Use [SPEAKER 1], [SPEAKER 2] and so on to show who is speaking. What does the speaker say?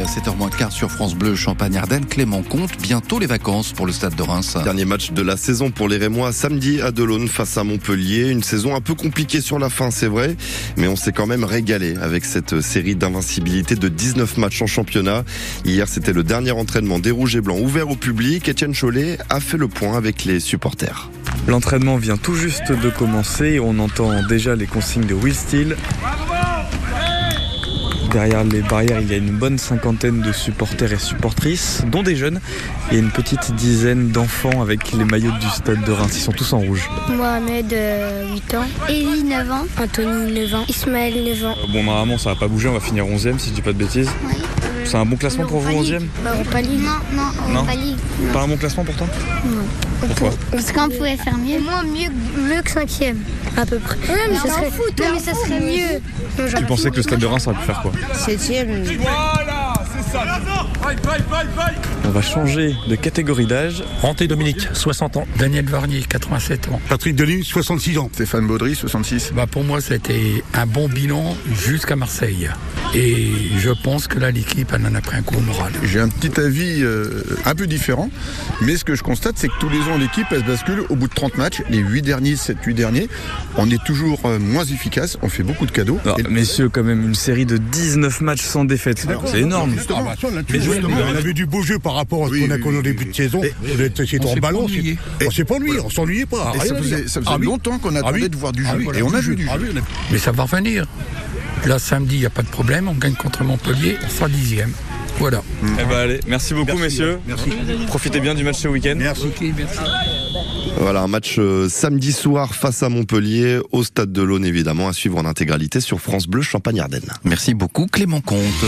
[SPEAKER 1] 7h moins 15 sur France Bleu Champagne-Ardenne. Clément Comte, bientôt les vacances pour le Stade de Reims.
[SPEAKER 2] Dernier match de la saison pour les Rémois samedi à Delaune face à Montpellier. Une saison un peu compliquée sur la fin, c'est vrai, mais on s'est quand même régalé avec cette série d'invincibilité de 19 matchs en championnat. Hier, c'était le dernier entraînement des Rouges et Blancs ouvert au public. Étienne Cholet a fait le point avec les supporters.
[SPEAKER 3] L'entraînement vient tout juste de commencer. On entend déjà les consignes de Will Steele. Derrière les barrières, il y a une bonne cinquantaine de supporters et supportrices, dont des jeunes. Il y a une petite dizaine d'enfants avec les maillots du Stade de Reims. Ils sont tous en rouge.
[SPEAKER 4] Mohamed, 8 ans. Elie, 9 ans. Anthony, 9 ans. Ismaël, 9 ans.
[SPEAKER 3] Bon, normalement, ça va pas bouger. On va finir 11e, si je dis pas de bêtises.
[SPEAKER 4] Oui.
[SPEAKER 3] C'est un bon classement pour vous, 11e ?
[SPEAKER 4] Europa League. Non, Europa League.
[SPEAKER 3] Pas un bon classement pour toi ?
[SPEAKER 4] Non.
[SPEAKER 3] Pourquoi ?
[SPEAKER 4] Parce qu'on pouvait faire mieux. Au moins mieux que 5e, à peu près. Ouais, mais ça serait mieux.
[SPEAKER 3] Tu pensais que le Stade de Reims aurait pu faire quoi ?
[SPEAKER 4] 7e.
[SPEAKER 5] Voilà, c'est ça.
[SPEAKER 3] On va changer de catégorie d'âge.
[SPEAKER 6] Ranté Dominique, 60 ans. Daniel Varnier, 87 ans.
[SPEAKER 7] Patrick Denis, 66 ans.
[SPEAKER 8] Stéphane Baudry, 66.
[SPEAKER 6] Pour moi, c'était un bon bilan jusqu'à Marseille. Et je pense que là, l'équipe, elle en a pris un coup au moral.
[SPEAKER 8] J'ai un petit avis un peu différent, mais ce que je constate, c'est que tous les ans, l'équipe, elle se bascule au bout de 30 matchs. Les 8 derniers, on est toujours moins efficace, on fait beaucoup de cadeaux.
[SPEAKER 3] Messieurs, quand même, une série de 19 matchs sans défaite. C'est énorme.
[SPEAKER 7] On avait du beau jeu par rapport à ce qu'on a connu au début de saison. On en balance. On s'est pas ennuyé, on s'ennuyait pas.
[SPEAKER 8] Ça faisait longtemps qu'on attendait de voir du jeu. Et on a vu du jeu.
[SPEAKER 6] Mais ça va revenir. Là, samedi, il n'y a pas de problème. On gagne contre Montpellier. On sera 10e. Voilà.
[SPEAKER 3] Allez, merci beaucoup, messieurs.
[SPEAKER 7] Merci.
[SPEAKER 3] Profitez bien du match ce week-end.
[SPEAKER 7] Merci.
[SPEAKER 2] Voilà, un match samedi soir face à Montpellier au Stade de Delaune, évidemment, à suivre en intégralité sur France Bleu Champagne-Ardenne.
[SPEAKER 1] Merci beaucoup Clément Comte.